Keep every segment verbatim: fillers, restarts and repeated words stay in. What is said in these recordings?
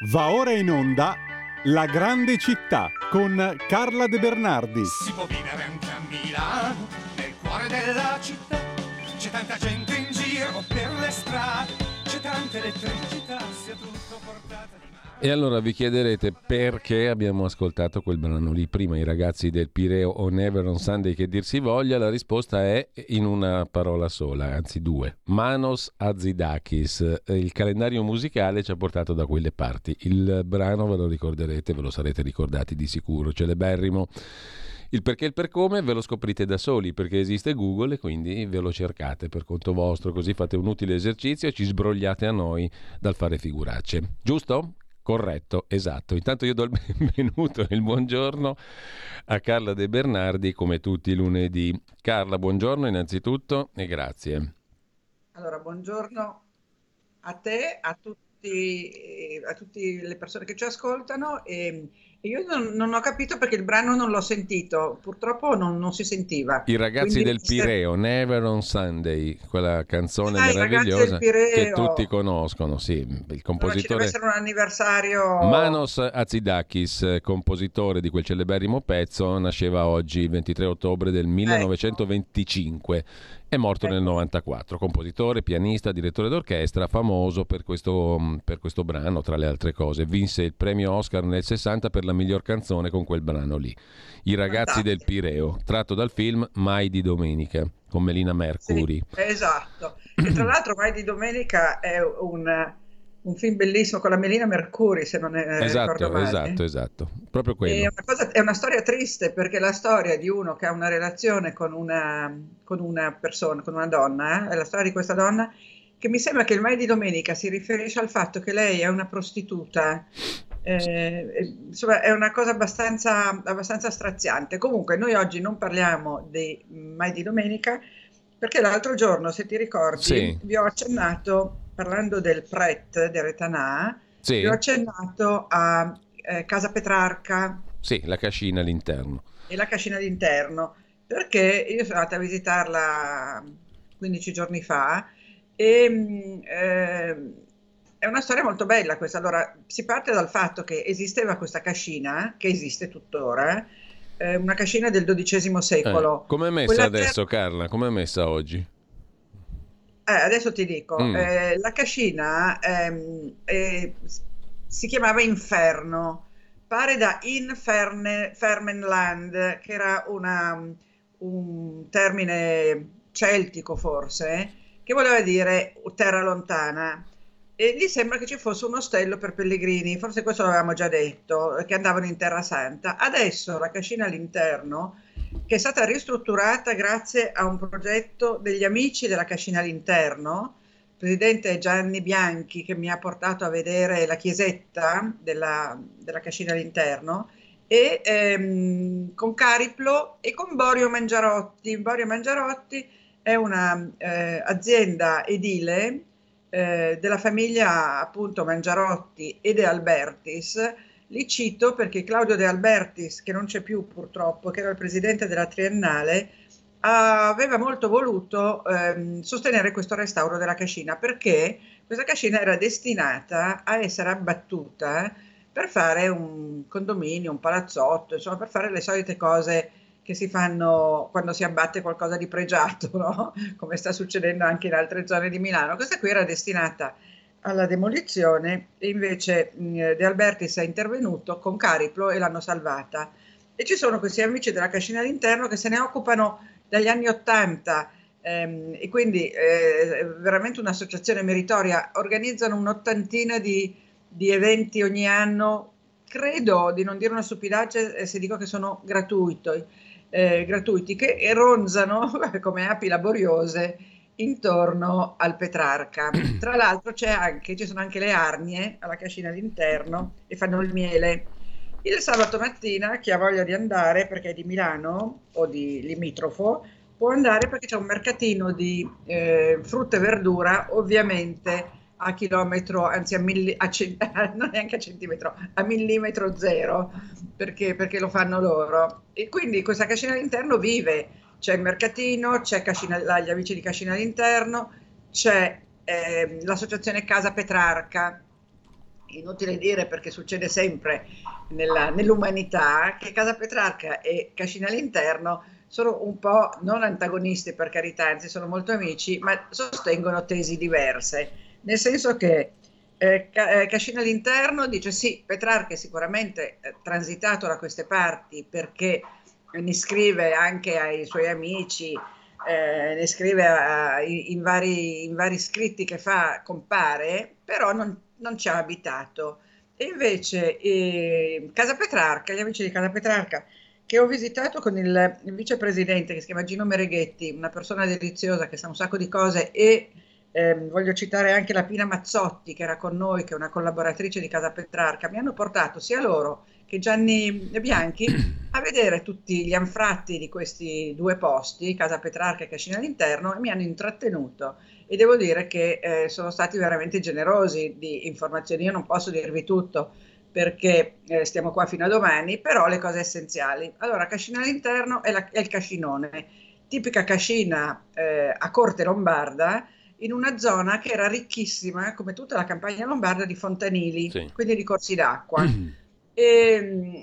Va ora in onda La grande città con Carla De Bernardi. Si può vivere anche a Milano, nel cuore della città. C'è tanta gente in giro per le strade, c'è tanta elettricità, sia tutto portata di mano. E allora vi chiederete perché abbiamo ascoltato quel brano lì prima, i ragazzi del Pireo o Never on Sunday che dir si voglia. La risposta è in una parola sola, anzi due: Manos Hatzidakis. Il calendario musicale ci ha portato da quelle parti. Il brano ve lo ricorderete, ve lo sarete ricordati di sicuro, celeberrimo. Il perché e il per come ve lo scoprite da soli, perché esiste Google e quindi ve lo cercate per conto vostro, così fate un utile esercizio e ci sbrogliate a noi dal fare figuracce. Giusto? Corretto, esatto. Intanto io do il benvenuto e il buongiorno a Carla De Bernardi, come tutti i lunedì. Carla, buongiorno innanzitutto e grazie. Allora, buongiorno a te, a tutti, a tutte le persone che ci ascoltano. E io non, non ho capito perché il brano non l'ho sentito, purtroppo non, non si sentiva. I ragazzi Quindi, del Pireo, Never on Sunday, quella canzone ah, meravigliosa Pireo, che tutti conoscono, sì, il compositore. Allora, ci deve essere un anniversario. Manos Hatzidakis, compositore di quel celeberrimo pezzo, nasceva oggi il ventitré ottobre del millenovecentoventicinque. Ecco. È morto ecco. nel novantaquattro, compositore, pianista, direttore d'orchestra, famoso per questo, per questo brano, tra le altre cose. Vinse il premio Oscar nel sessanta per la miglior canzone con quel brano lì. I ragazzi Fantastico. del Pireo, tratto dal film Mai di domenica, con Melina Mercuri. Sì, esatto. E tra l'altro Mai di domenica è un... un film bellissimo con la Melina Mercuri, se non è, esatto, ricordo male. Esatto, esatto, proprio quello. È una, cosa, è una storia triste, perché è la storia di uno che ha una relazione con una, con una persona, con una donna, eh? È la storia di questa donna, che mi sembra che il Mai di domenica si riferisce al fatto che lei è una prostituta. Eh, insomma, è una cosa abbastanza, abbastanza straziante. Comunque noi oggi non parliamo di Mai di domenica, perché l'altro giorno, se ti ricordi, sì. vi ho accennato, parlando del Pret, del Retanà, sì. vi ho accennato a eh, Casa Petrarca. Sì, la cascina all'interno. E la cascina all'interno, perché io sono andata a visitarla quindici giorni fa e eh, è una storia molto bella questa. Allora, si parte dal fatto che esisteva questa cascina, che esiste tuttora, eh, una cascina del dodicesimo secolo. Eh, come è messa Quella adesso, che... Carla? Come è messa oggi? Eh, adesso ti dico, mm. eh, la cascina ehm, eh, si chiamava Inferno, pare da Inferne, Fermenland, che era una, un termine celtico forse, che voleva dire terra lontana. E lì sembra che ci fosse un ostello per pellegrini, forse questo l'avevamo già detto, che andavano in Terra Santa. Adesso la cascina all'interno, che è stata ristrutturata grazie a un progetto degli amici della cascina all'interno, il presidente Gianni Bianchi, che mi ha portato a vedere la chiesetta della, della cascina all'interno, e ehm, con Cariplo e con Borio Mangiarotti. Borio Mangiarotti è una eh, azienda edile eh, della famiglia appunto Mangiarotti e De Albertis. Li cito perché Claudio De Albertis, che non c'è più purtroppo, che era il presidente della Triennale, aveva molto voluto ehm, sostenere questo restauro della cascina, perché questa cascina era destinata a essere abbattuta per fare un condominio, un palazzotto, insomma per fare le solite cose che si fanno quando si abbatte qualcosa di pregiato, no? Come sta succedendo anche in altre zone di Milano. Questa qui era destinata alla demolizione e invece mh, De Albertis è intervenuto con Cariplo e l'hanno salvata. E ci sono questi amici della cascina all'interno che se ne occupano dagli anni Ottanta ehm, e quindi eh, è veramente un'associazione meritoria. Organizzano un'ottantina di, di eventi ogni anno, credo di non dire una stupidaggine se dico che sono gratuiti, eh, gratuiti che ronzano come api laboriose intorno al Petrarca. Tra l'altro c'è anche, ci sono anche le arnie alla cascina all'interno e fanno il miele. Il sabato mattina chi ha voglia di andare, perché è di Milano o di limitrofo, può andare perché c'è un mercatino di eh, frutta e verdura, ovviamente a chilometro, anzi a, milli, a c- non neanche a centimetro, a millimetro zero, perché, perché lo fanno loro. E quindi questa cascina all'interno vive. C'è il mercatino, c'è Cascina, gli amici di Cascina all'interno, c'è eh, l'associazione Casa Petrarca, inutile dire, perché succede sempre nella, nell'umanità, che Casa Petrarca e Cascina all'Interno sono un po' non antagonisti, per carità, anzi sono molto amici, ma sostengono tesi diverse, nel senso che eh, Cascina all'Interno dice sì, Petrarca è sicuramente eh, transitato da queste parti, perché ne scrive anche ai suoi amici, eh, ne scrive a, in, vari, in vari scritti che fa, compare, però non, non ci ha abitato. E invece eh, Casa Petrarca, gli amici di Casa Petrarca, che ho visitato con il, il vicepresidente che si chiama Gino Mereghetti, una persona deliziosa che sa un sacco di cose, e eh, voglio citare anche la Pina Mazzotti che era con noi, che è una collaboratrice di Casa Petrarca, mi hanno portato sia loro che Gianni Bianchi a vedere tutti gli anfratti di questi due posti, Casa Petrarca e Cascina all'Interno, e mi hanno intrattenuto, e devo dire che eh, sono stati veramente generosi di informazioni. Io non posso dirvi tutto perché eh, stiamo qua fino a domani, però le cose essenziali. Allora, Cascina all'Interno è, la, è il cascinone, tipica cascina eh, a corte lombarda, in una zona che era ricchissima, come tutta la campagna lombarda, di fontanili, sì, quindi di corsi d'acqua. E,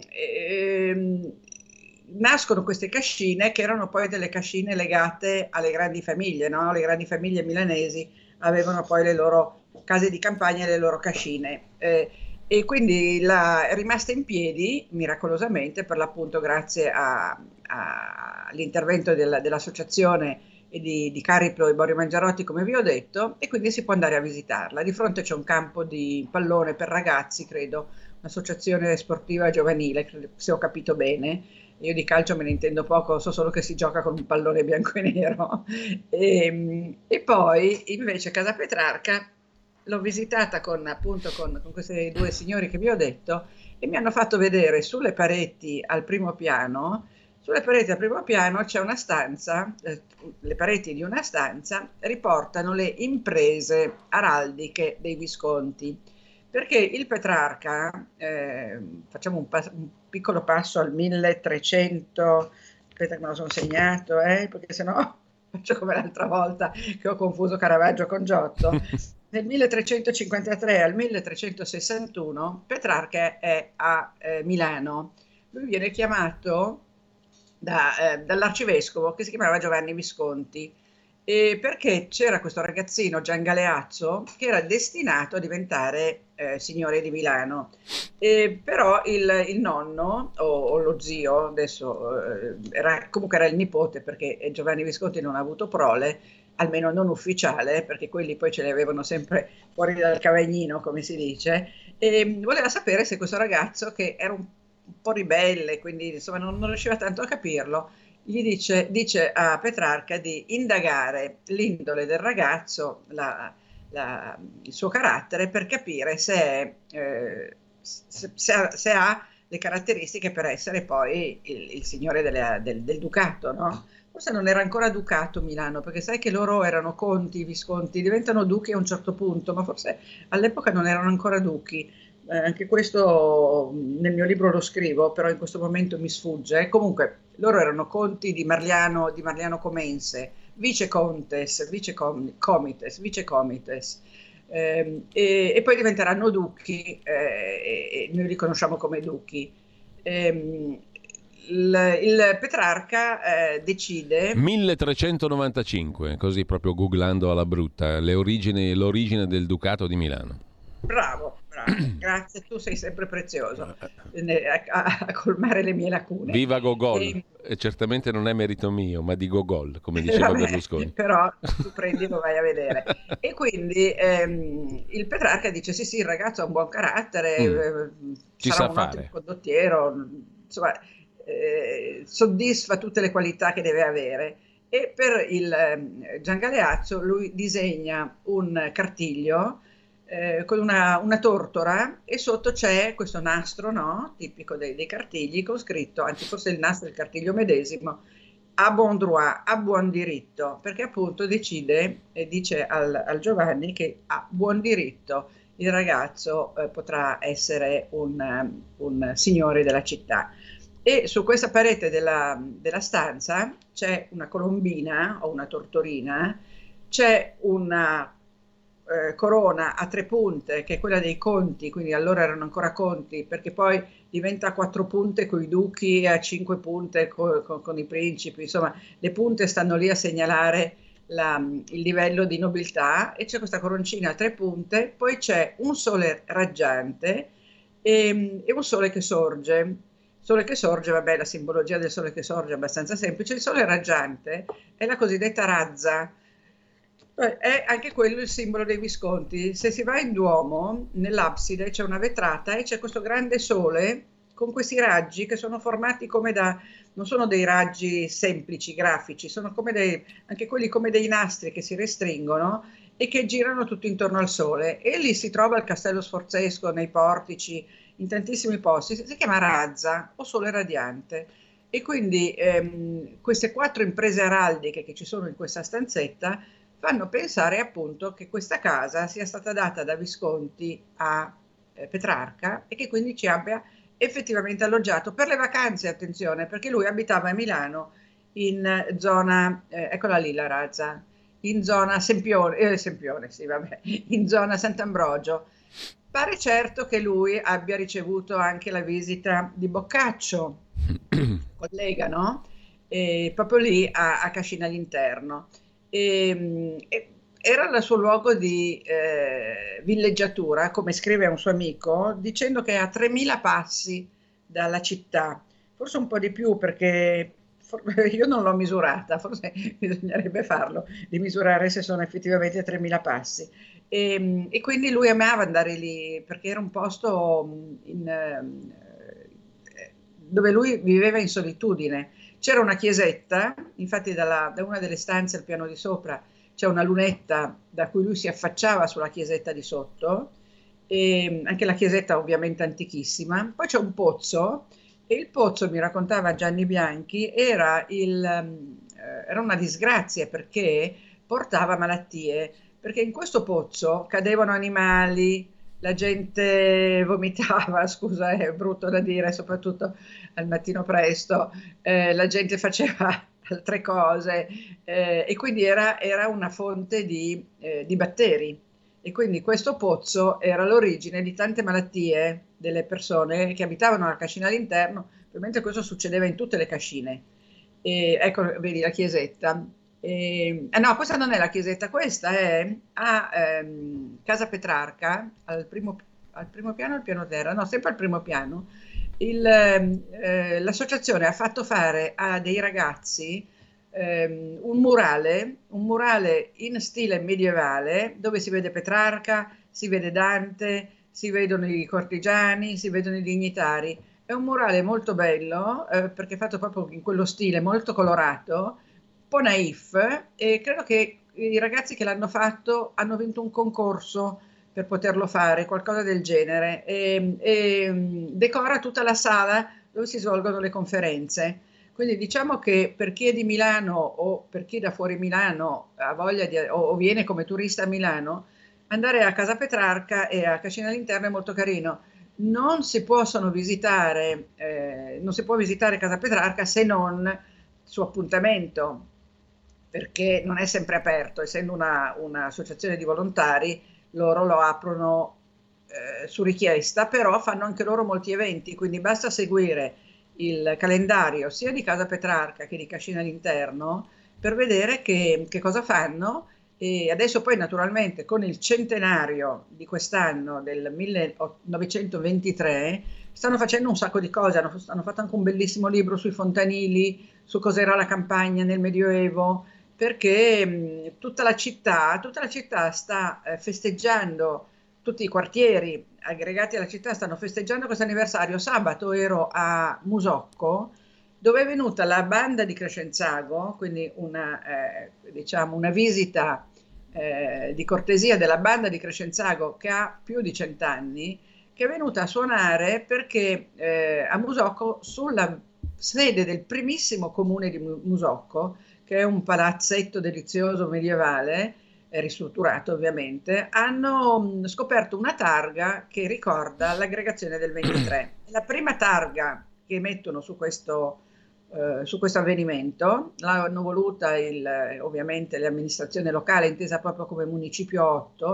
e, nascono queste cascine che erano poi delle cascine legate alle grandi famiglie, no? Le grandi famiglie milanesi avevano poi le loro case di campagna e le loro cascine, eh, e quindi la, è rimasta in piedi miracolosamente, per l'appunto grazie a, a, all'intervento della, dell'associazione e di, di Cariplo e Borio Mangiarotti, come vi ho detto, e quindi si può andare a visitarla. Di fronte c'è un campo di pallone per ragazzi, credo, un'associazione sportiva giovanile, se ho capito bene. Io di calcio me ne intendo poco, so solo che si gioca con un pallone bianco e nero. E, e poi invece Casa Petrarca l'ho visitata con, appunto, con, con questi due signori che vi ho detto, e mi hanno fatto vedere sulle pareti al primo piano, sulle pareti al primo piano c'è una stanza, eh, le pareti di una stanza riportano le imprese araldiche dei Visconti. Perché il Petrarca, eh, facciamo un, pas- un piccolo passo al milletrecento, aspetta che me lo sono segnato, eh, perché sennò faccio come l'altra volta che ho confuso Caravaggio con Giotto. Nel milletrecentocinquantatré al milletrecentosessantuno Petrarca è a eh, Milano. Lui viene chiamato da, eh, dall'arcivescovo che si chiamava Giovanni Visconti, e perché c'era questo ragazzino Gian Galeazzo che era destinato a diventare eh, signore di Milano, e però il, il nonno o, o lo zio, adesso eh, era, comunque era il nipote, perché Giovanni Visconti non ha avuto prole, almeno non ufficiale, perché quelli poi ce li avevano sempre fuori dal cavagnino, come si dice, e voleva sapere se questo ragazzo, che era un, un po' ribelle, quindi insomma non, non riusciva tanto a capirlo, gli dice, dice a Petrarca di indagare l'indole del ragazzo, la, la, il suo carattere, per capire se, è, eh, se, se, ha, se ha le caratteristiche per essere poi il, il signore delle, del, del ducato, no? Forse non era ancora ducato Milano, perché sai che loro erano conti, visconti, diventano duchi a un certo punto, ma forse all'epoca non erano ancora duchi. Eh, anche questo nel mio libro lo scrivo, però in questo momento mi sfugge. Comunque loro erano conti di Marliano, di Marliano Comense, vicecontes, vicecomites, vicecomites, eh, e, e poi diventeranno duchi, eh, e noi li conosciamo come duchi. Eh, il, il Petrarca eh, decide milletrecentonovantacinque, così proprio googlando alla brutta, le origini, l'origine del Ducato di Milano. Bravo, bravo, grazie, tu sei sempre prezioso a, a, a colmare le mie lacune. Viva Gogol, e, e certamente non è merito mio, ma di Gogol, come diceva vabbè, Berlusconi. Però tu prendi e lo vai a vedere. E quindi ehm, il Petrarca dice sì sì, il ragazzo ha un buon carattere, mm. eh, Ci sarà sa un fare. ottimo condottiero, insomma eh, soddisfa tutte le qualità che deve avere. E per il eh, Gian Galeazzo lui disegna un cartiglio Eh, con una, una tortora, e sotto c'è questo nastro, no? Tipico dei, dei cartigli, con scritto, anzi forse il nastro del cartiglio medesimo, a bon droit, a buon diritto, perché appunto decide e dice al, al Giovanni che a buon diritto il ragazzo eh, potrà essere un, un signore della città. E su questa parete della, della stanza c'è una colombina o una tortorina, c'è una eh, corona a tre punte, che è quella dei conti, quindi allora erano ancora conti, perché poi diventa a quattro punte con i duchi e a cinque punte co- co- con i principi, insomma le punte stanno lì a segnalare la- il livello di nobiltà, e c'è questa coroncina a tre punte, poi c'è un sole raggiante e, e un sole che sorge. Sole che sorge, vabbè, la simbologia del sole che sorge è abbastanza semplice. Il sole raggiante è la cosiddetta razza, eh, è anche quello il simbolo dei Visconti. Se si va in Duomo, nell'abside c'è una vetrata e c'è questo grande sole con questi raggi che sono formati come da, non sono dei raggi semplici, grafici, sono come dei, anche quelli come dei nastri che si restringono e che girano tutto intorno al sole. E lì si trova il Castello Sforzesco, nei portici, in tantissimi posti, si chiama razza o sole radiante. E quindi ehm, queste quattro imprese araldiche che ci sono in questa stanzetta fanno pensare appunto che questa casa sia stata data da Visconti a eh, Petrarca e che quindi ci abbia effettivamente alloggiato per le vacanze, attenzione, perché lui abitava a Milano in zona, eh, eccola lì la razza, in zona Sempione, eh, Sempione, sì, vabbè, in zona Sant'Ambrogio. Pare certo che lui abbia ricevuto anche la visita di Boccaccio, collega, no? E proprio lì a, a Cascina all'Interno. E, e era il suo luogo di eh, villeggiatura, come scrive un suo amico, dicendo che è a tremila passi dalla città, forse un po' di più perché for- io non l'ho misurata, forse bisognerebbe farlo, di misurare se sono effettivamente tremila passi. E, e quindi lui amava andare lì perché era un posto in, eh, dove lui viveva in solitudine. C'era una chiesetta, infatti dalla, da una delle stanze al piano di sopra c'è una lunetta da cui lui si affacciava sulla chiesetta di sotto, e anche la chiesetta ovviamente antichissima. Poi c'è un pozzo, e il pozzo, mi raccontava Gianni Bianchi, era, il, eh, era una disgrazia perché portava malattie, perché in questo pozzo cadevano animali, la gente vomitava, scusa, è brutto da dire, soprattutto al mattino presto, eh, la gente faceva altre cose, eh, e quindi era, era una fonte di, eh, di batteri, e quindi questo pozzo era l'origine di tante malattie delle persone che abitavano la Cascina all'Interno. Ovviamente questo succedeva in tutte le cascine. E, ecco, vedi la chiesetta. E, eh no, questa non è la chiesetta, questa è a ehm, Casa Petrarca, al primo, al primo piano o al piano terra? No, sempre al primo piano. Il, eh, l'associazione ha fatto fare a dei ragazzi ehm, un murale, un murale in stile medievale dove si vede Petrarca, si vede Dante, si vedono i cortigiani, si vedono i dignitari. È un murale molto bello eh, perché è fatto proprio in quello stile, molto colorato, un po' naif, e credo che i ragazzi che l'hanno fatto hanno vinto un concorso per poterlo fare, qualcosa del genere, e, e decora tutta la sala dove si svolgono le conferenze. Quindi diciamo che per chi è di Milano o per chi da fuori Milano ha voglia di, o, o viene come turista a Milano, andare a Casa Petrarca e a Cascina all'Interno è molto carino. Non si possono visitare, eh, non si può visitare Casa Petrarca se non su appuntamento, perché non è sempre aperto, essendo una, un'associazione di volontari, loro lo aprono eh, su richiesta, però fanno anche loro molti eventi, quindi basta seguire il calendario sia di Casa Petrarca che di Cascina all'Interno per vedere che, che cosa fanno. E adesso poi naturalmente con il centenario di quest'anno, del millenovecentoventitré, stanno facendo un sacco di cose, hanno, hanno fatto anche un bellissimo libro sui fontanili, su cos'era la campagna nel Medioevo, perché mh, tutta la città, tutta la città sta eh, festeggiando, tutti i quartieri aggregati alla città stanno festeggiando questo anniversario. Sabato ero a Musocco, dove è venuta la banda di Crescenzago, quindi una, eh, diciamo una visita eh, di cortesia della banda di Crescenzago che ha più di cent'anni, che è venuta a suonare perché eh, a Musocco, sulla sede del primissimo comune di Musocco, che è un palazzetto delizioso medievale, ristrutturato ovviamente, hanno scoperto una targa che ricorda l'aggregazione del ventitré. La prima targa che mettono su questo, eh, su questo avvenimento l'hanno voluta il, ovviamente l'amministrazione locale, intesa proprio come Municipio otto,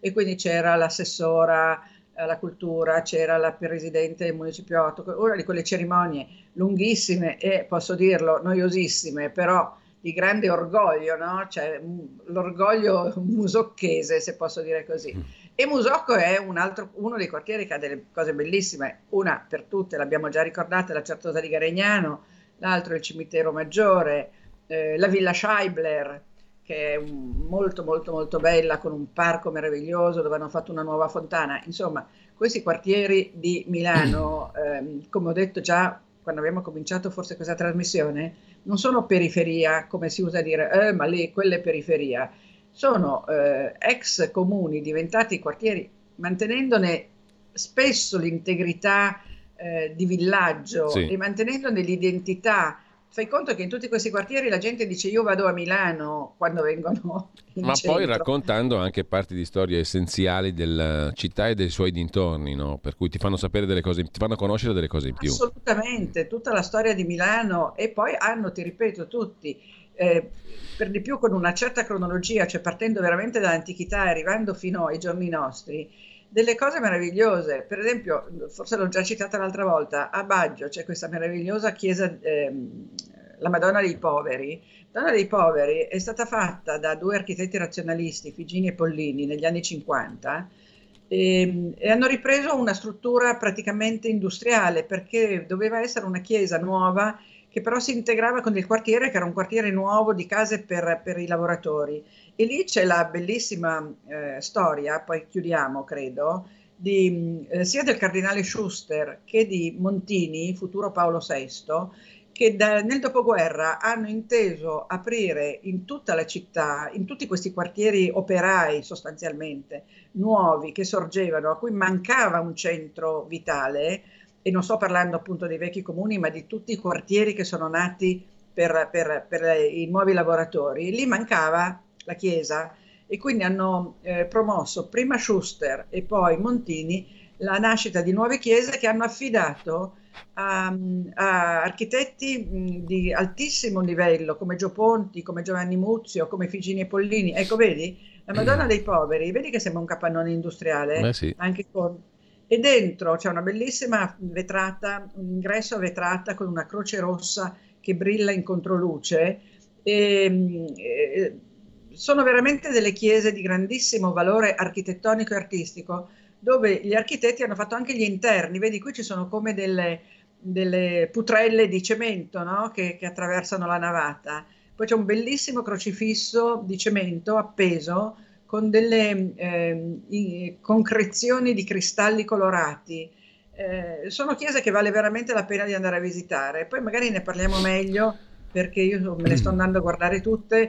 e quindi c'era l'assessora alla cultura, c'era la presidente del municipiotto, una di quelle cerimonie lunghissime e, posso dirlo, noiosissime, però di grande orgoglio, no? Cioè, l'orgoglio musocchese, se posso dire così. E Musocco è un altro, uno dei quartieri che ha delle cose bellissime, una per tutte, l'abbiamo già ricordata, la Certosa di Garegnano, l'altro è il Cimitero Maggiore, eh, la Villa Scheibler, che è un, molto molto molto bella, con un parco meraviglioso dove hanno fatto una nuova fontana. Insomma, questi quartieri di Milano, ehm, come ho detto già quando abbiamo cominciato forse questa trasmissione, non sono periferia, come si usa dire, eh, ma lì quella è periferia. Sono eh, ex comuni diventati quartieri, mantenendone spesso l'integrità eh, di villaggio Sì. e mantenendone l'identità. Fai conto che in tutti questi quartieri la gente dice io vado a Milano quando vengono in Ma centro. poi raccontando anche parti di storie essenziali della città e dei suoi dintorni, no? Per cui ti fanno sapere delle cose, ti fanno conoscere delle cose in più. Assolutamente, tutta la storia di Milano, e poi hanno, ti ripeto, tutti, eh, per di più con una certa cronologia, cioè partendo veramente dall'antichità e arrivando fino ai giorni nostri, delle cose meravigliose. Per esempio, forse l'ho già citata l'altra volta, a Baggio c'è questa meravigliosa chiesa, ehm, la Madonna dei Poveri. La Madonna dei Poveri è stata fatta da due architetti razionalisti, Figini e Pollini, negli anni cinquanta, e, e hanno ripreso una struttura praticamente industriale, perché doveva essere una chiesa nuova che però si integrava con il quartiere, che era un quartiere nuovo di case per, per i lavoratori. E lì c'è la bellissima eh, storia, poi chiudiamo credo, di, eh, sia del cardinale Schuster che di Montini, futuro Paolo sesto, che da, nel dopoguerra hanno inteso aprire in tutta la città, in tutti questi quartieri operai sostanzialmente, nuovi che sorgevano, a cui mancava un centro vitale, e non sto parlando appunto dei vecchi comuni, ma di tutti i quartieri che sono nati per, per, per i nuovi lavoratori. Lì mancava la chiesa e quindi hanno eh, promosso prima Schuster e poi Montini la nascita di nuove chiese che hanno affidato a, a architetti mh, di altissimo livello come Gio Ponti, come Giovanni Muzio, come Figini e Pollini. Ecco, vedi, la Madonna dei Poveri, vedi che sembra un capannone industriale, Eh sì. anche con... E dentro c'è una bellissima vetrata, un ingresso a vetrata con una croce rossa che brilla in controluce. E, e, sono veramente delle chiese di grandissimo valore architettonico e artistico, dove gli architetti hanno fatto anche gli interni. Vedi, qui ci sono come delle, delle putrelle di cemento, no? che, che attraversano la navata. Poi c'è un bellissimo crocifisso di cemento appeso con delle eh, concrezioni di cristalli colorati. Eh, sono chiese che vale veramente la pena di andare a visitare. Poi magari ne parliamo meglio, perché io me ne sto andando a guardare tutte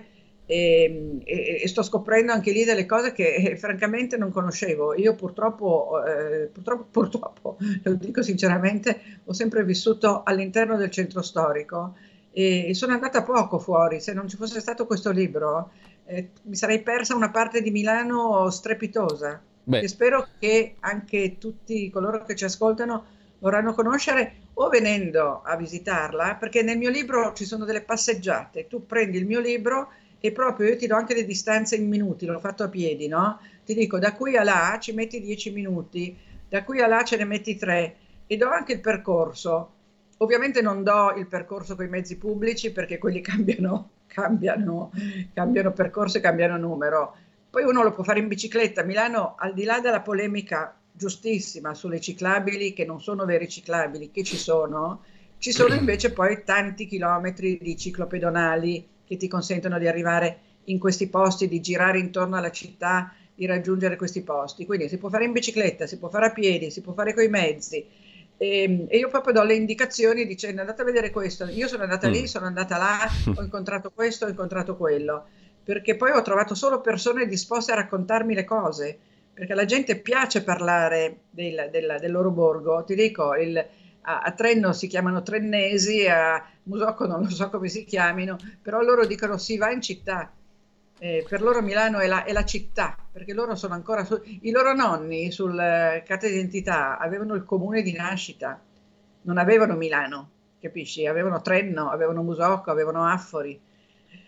e, e, e sto scoprendo anche lì delle cose che eh, francamente non conoscevo. Io purtroppo, eh, purtroppo, purtroppo, lo dico sinceramente, ho sempre vissuto all'interno del centro storico e, e sono andata poco fuori. Se non ci fosse stato questo libro, Eh, mi sarei persa una parte di Milano strepitosa. Beh. E spero che anche tutti coloro che ci ascoltano vorranno conoscere o venendo a visitarla, perché nel mio libro ci sono delle passeggiate. Tu prendi il mio libro e proprio io ti do anche le distanze in minuti, l'ho fatto a piedi, no? Ti dico da qui a là ci metti dieci minuti, da qui a là ce ne metti tre e do anche il percorso. Ovviamente non do il percorso con i mezzi pubblici perché quelli cambiano cambiano, cambiano percorso e cambiano numero. Poi uno lo può fare in bicicletta. Milano, al di là della polemica giustissima sulle ciclabili, che non sono veri ciclabili, che ci sono, ci sono invece poi tanti chilometri di ciclopedonali che ti consentono di arrivare in questi posti, di girare intorno alla città, di raggiungere questi posti. Quindi si può fare in bicicletta, si può fare a piedi, si può fare coi mezzi. E, e io proprio do le indicazioni dicendo andate a vedere questo, io sono andata mm. lì, sono andata là, ho incontrato questo, ho incontrato quello, perché poi ho trovato solo persone disposte a raccontarmi le cose, perché alla gente piace parlare del, del, del loro borgo. Ti dico, il, a, a Trenno si chiamano trennesi, a Musocco non lo so come si chiamino, però loro dicono si va in città. Eh, per loro Milano è la, è la città, perché loro sono ancora su, i loro nonni sul uh, carta d'identità avevano il comune di nascita, non avevano Milano, capisci? Avevano Trenno, avevano Musocco, avevano Affori.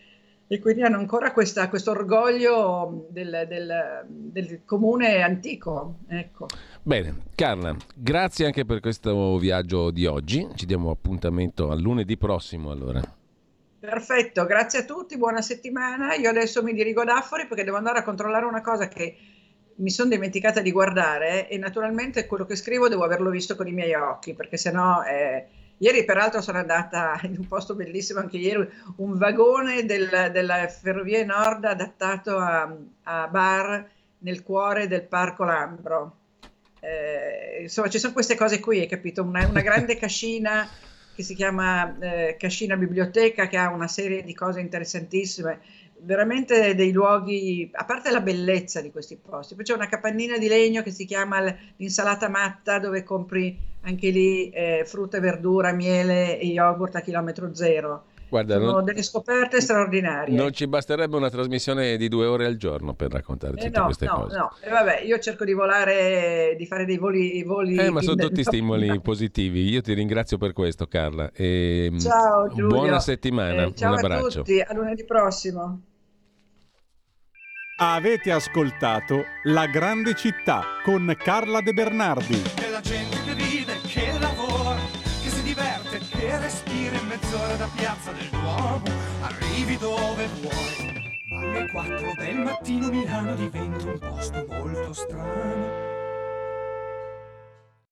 e quindi hanno ancora questo orgoglio del, del, del comune antico. Ecco. Bene, Carla, grazie anche per questo viaggio di oggi. Ci diamo appuntamento al lunedì prossimo allora. Perfetto, grazie a tutti, buona settimana. Io adesso mi dirigo ad Affori perché devo andare a controllare una cosa che mi sono dimenticata di guardare e naturalmente quello che scrivo devo averlo visto con i miei occhi, perché sennò... Eh, ieri peraltro sono andata in un posto bellissimo, anche ieri, un vagone del, della Ferrovie Nord adattato a, a bar nel cuore del Parco Lambro. Eh, insomma, ci sono queste cose qui, hai capito? Una, una grande cascina che si chiama eh, Cascina Biblioteca, che ha una serie di cose interessantissime, veramente dei luoghi, a parte la bellezza di questi posti. Poi c'è una capannina di legno che si chiama l'Insalata Matta, dove compri anche lì eh, frutta e verdura, miele e yogurt a chilometro zero. Guarda, sono non, delle scoperte straordinarie. Non ci basterebbe una trasmissione di due ore al giorno per raccontarci eh tutte no, queste no, cose. No, eh, vabbè, io cerco di volare, di fare dei voli... voli eh, ma sono in... tutti stimoli positivi. Io ti ringrazio per questo, Carla. E ciao Giulio. Buona settimana, eh, ciao un abbraccio. a tutti, a lunedì prossimo. Avete ascoltato La Grande Città con Carla De Bernardi. Che la gente che vive, che lavora, che si diverte, che respira in mezz'ora da Piazza del Duomo, arrivi dove vuoi. Ma alle quattro del mattino Milano diventa un posto molto strano.